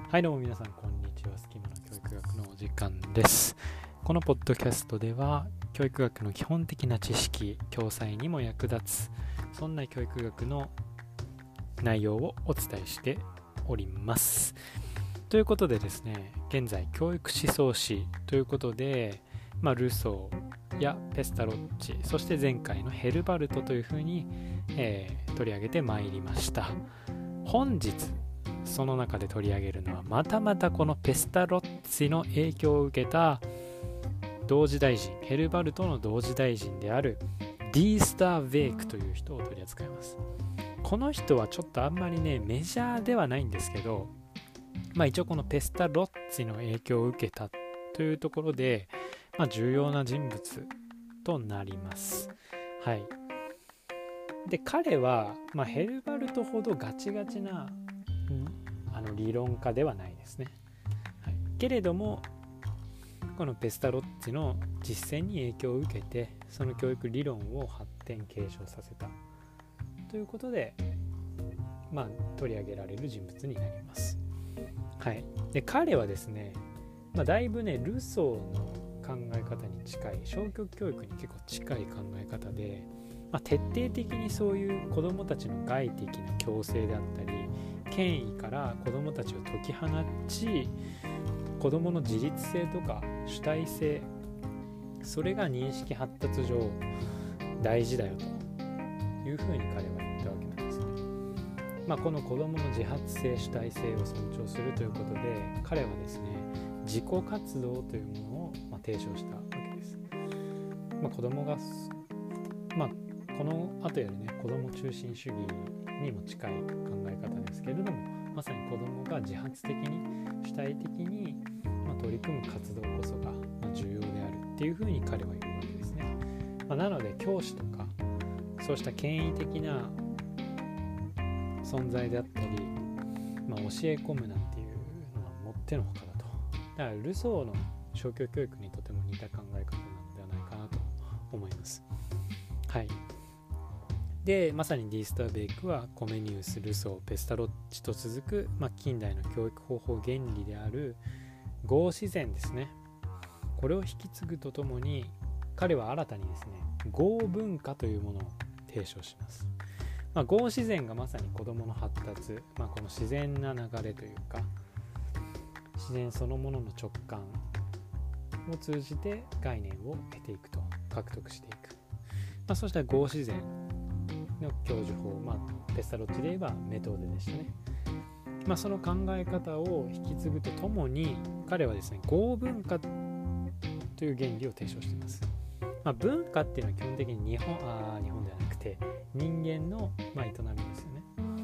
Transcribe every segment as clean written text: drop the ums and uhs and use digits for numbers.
はいどうも皆さんこんにちは。隙間の教育学のお時間です。このポッドキャストでは教育学の基本的な知識、教材にも役立つそんな教育学の内容をお伝えしております。ということでですね、現在教育思想史ということで、ルソーやペスタロッチ、そして前回のヘルバルトというふうに、取り上げてまいりました。本日その中で取り上げるのはまたこのペスタロッツィの影響を受けた同時大臣、ヘルバルトの同時大臣であるディースター・ヴェイクという人を取り扱います。この人はちょっとあんまりねメジャーではないんですけど、一応このペスタロッツィの影響を受けたというところで、重要な人物となります。はい。で彼は、ヘルバルトほどガチガチな理論家ではないですね。はい、けれどもこのペスタロッツィの実践に影響を受けてその教育理論を発展継承させたということで、取り上げられる人物になります。はい、で彼はですね、だいぶねルソーの考え方に近い、消極教育に結構近い考え方で、徹底的にそういう子どもたちの外的な強制であったり権威から子どもたちを解き放ち、子どもの自立性とか主体性、それが認識発達上大事だよというふうに彼は言ったわけなんですね。この子どもの自発性主体性を尊重するということで、彼はですね自己活動というものを提唱したわけです。子どもがこの後やるね子ども中心主義にも近い考え方ですけれども、まさに子どもが自発的に主体的に、取り組む活動こそが、重要であるっていうふうに彼は言うわけですね。なので教師とかそうした権威的な存在であったり、教え込むなんていうのはもってのほかだと。だからルソーの消極教育にとても似た考え方なのではないかなと思います。はい。でまさにディースター・ベイクはコメニウス、ルソー、ペスタロッチと続く、近代の教育方法原理である合自然ですね、これを引き継ぐとともに彼は新たにですね合文化というものを提唱します。合自然がまさに子どもの発達、この自然な流れというか自然そのものの直感を通じて概念を得ていくと、獲得していく、そうした合自然の教授法、ペスタロッチで言えばメトーデでしたね。その考え方を引き継ぐとともに彼はですね合文化という原理を提唱しています。文化っていうのは基本的に日本ではなくて人間の営みですよね。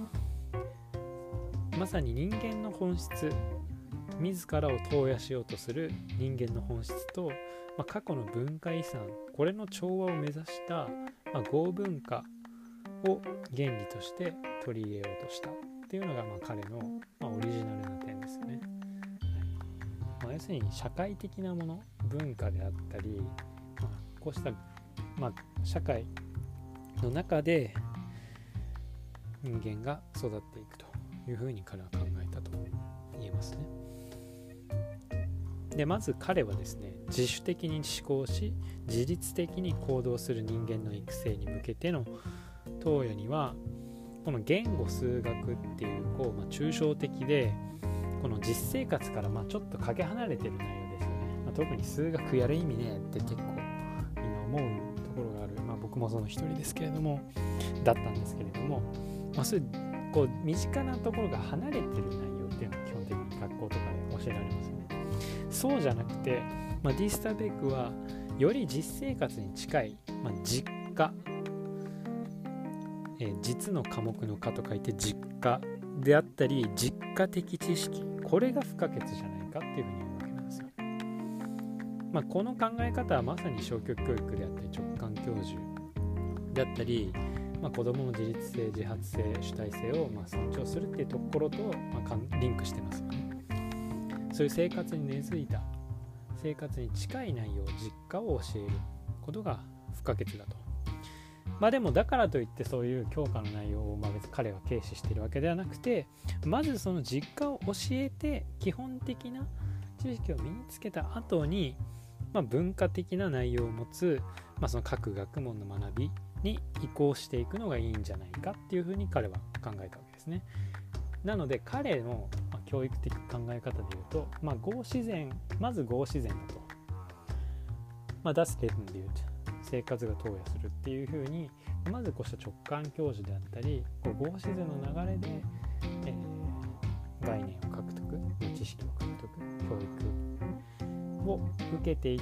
まさに人間の本質、自らを投影しようとする人間の本質と、過去の文化遺産、これの調和を目指した、合文化を原理として取り入れようとしたっていうのが彼の、オリジナルな点ですよね。はい。要するに社会的なもの、文化であったり、こうした、社会の中で人間が育っていくというふうに彼は考えたと言えますね。でまず彼はですね自主的に思考し自律的に行動する人間の育成に向けての投与にはこの言語数学っていう抽象的でこの実生活からちょっとかけ離れてる内容ですよね。特に数学やる意味ねって結構今思うところがある、僕もその一人ですけれどもだったんですけれども、そういう身近なところが離れてる内容っていうのは基本的に学校とかで教えられますよね。そうじゃなくて、ディースター・ベイクはより実生活に近い、実家、実の科目の科と書いて実家であったり実家的知識、これが不可欠じゃないかっていうふうに言うわけなんですよ。この考え方はまさに消極教育であったり直感教授であったり、子どもの自立性、自発性、主体性を尊重するっていうところと、リンクしてますよね。そういう生活に根付いた生活に近い内容、実家を教えることが不可欠だと。 でもだからといってそういう教科の内容を別に彼は軽視しているわけではなくて、まずその実家を教えて基本的な知識を身につけた後に、文化的な内容を持つ、その各学問の学びに移行していくのがいいんじゃないかっていうふうに彼は考えたわけですね。なので彼の教育的考え方でいうと、合自然、まず合自然だと、Das Leben Bild、生活が投影するっていうふうに、まずこうした直感教授であったり、合自然の流れで、概念を獲得、知識を獲得、教育を受けていって、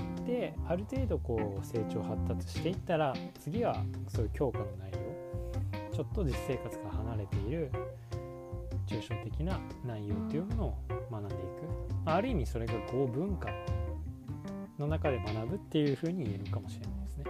ある程度こう成長発達していったら、次はそういう教科の内容、ちょっと実生活から離れている抽象的な内容というものを学んでいく、ある意味それが合文化の中で学ぶっていうふうに言えるかもしれないですね。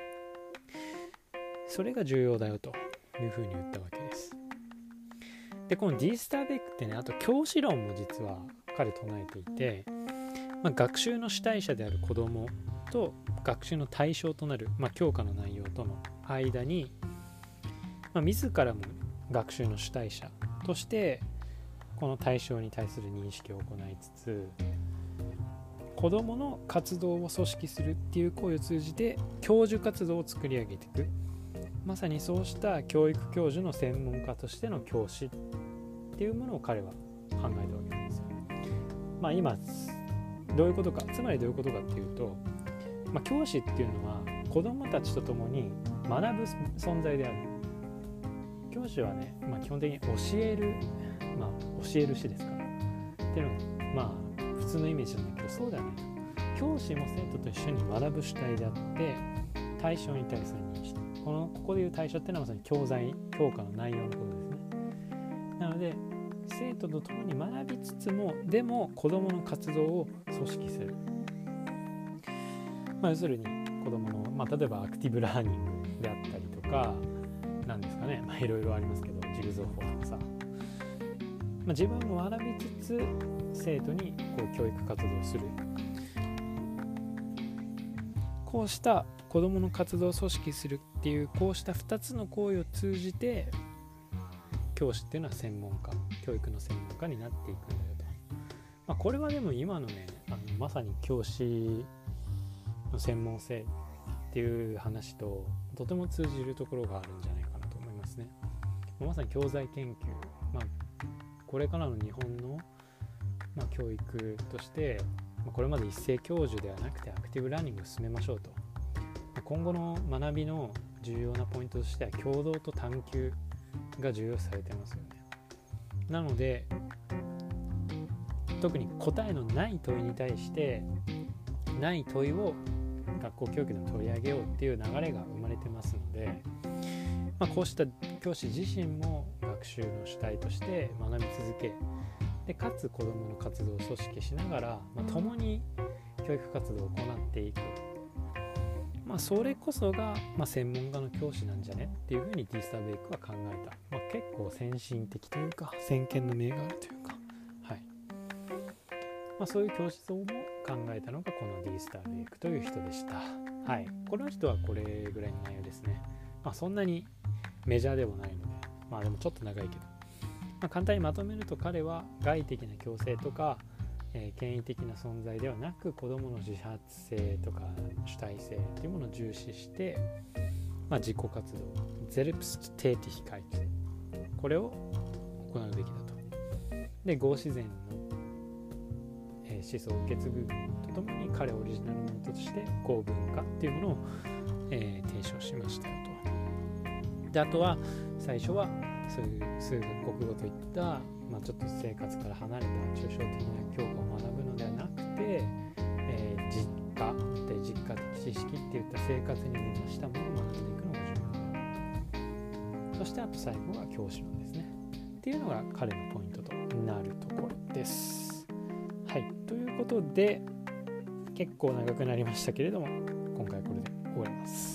それが重要だよというふうに言ったわけです。でこのディースターベックってね、あと教師論も実は彼唱えていて、学習の主体者である子どもと学習の対象となる、教科の内容との間に、自らも学習の主体者としてこの対象に対する認識を行いつつ、子どもの活動を組織するっていう行為を通じて教授活動を作り上げていく、まさにそうした教育教授の専門家としての教師っていうものを彼は考えたわけなんですよ。今どういうことか、つまりどういうことかっていうと、教師っていうのは子どもたちと共に学ぶ存在である。教師はね、基本的に教える師ですからっていうのが普通のイメージなんだけど、そうではないと。教師も生徒と一緒に学ぶ主体であって、対象に対する認識、ここでいう対象っていうのはまさに教材、教科の内容のことですね。なので生徒と共に学びつつも、でも子どもの活動を組織する、要するに子どもの、例えばアクティブラーニングであったりとか、なんですかね、いろいろありますけど、ジグゾー法とかさ、自分も学びつつ生徒にこう教育活動をする、こうした子どもの活動を組織するっていう、こうした2つの行為を通じて教師っていうのは専門家、教育の専門家になっていくんだよと。これはでも今のね、まさに教師の専門性っていう話ととても通じるところがあるんじゃないかなと思いますね。まさに教材研究、これからの日本の、教育として、これまで一斉教授ではなくてアクティブラーニングを進めましょうと。今後の学びの重要なポイントとしては共同と探究が重要視されてますよね。なので特に答えのない問いに対してない問いを学校教育でも取り上げようっていう流れが生まれてますので、こうした教師自身も学習の主体として学び続け、でかつ子どもの活動を組織しながら、共に教育活動を行っていく、それこそが、専門家の教師なんじゃねっていうふうにディースターベイクは考えた、結構先進的というか先見の明があるというか、そういう教師像も考えたのがこのディースターベイクという人でした。この人はこれぐらいの内容ですね。そんなにメジャーでもないので、でもちょっと長いけど、簡単にまとめると、彼は外的な強制とか、権威的な存在ではなく、子どもの自発性とか主体性というものを重視して、自己活動、Selbsttätigkeit、これを行うべきだと。で、合自然の、思想を受け継ぐとともに、彼オリジナルものとして合文化っていうものを、提唱しましたよと。で、あとは最初はそういう数学、国語といった、ちょっと生活から離れた抽象的な教科を学ぶのではなくて、実家的知識っていった生活に根ざしたものを学んでいくのが重要だ。そしてあと最後は教師論ですねっていうのが彼のポイントとなるところです。ということで結構長くなりましたけれども、今回これで終わります。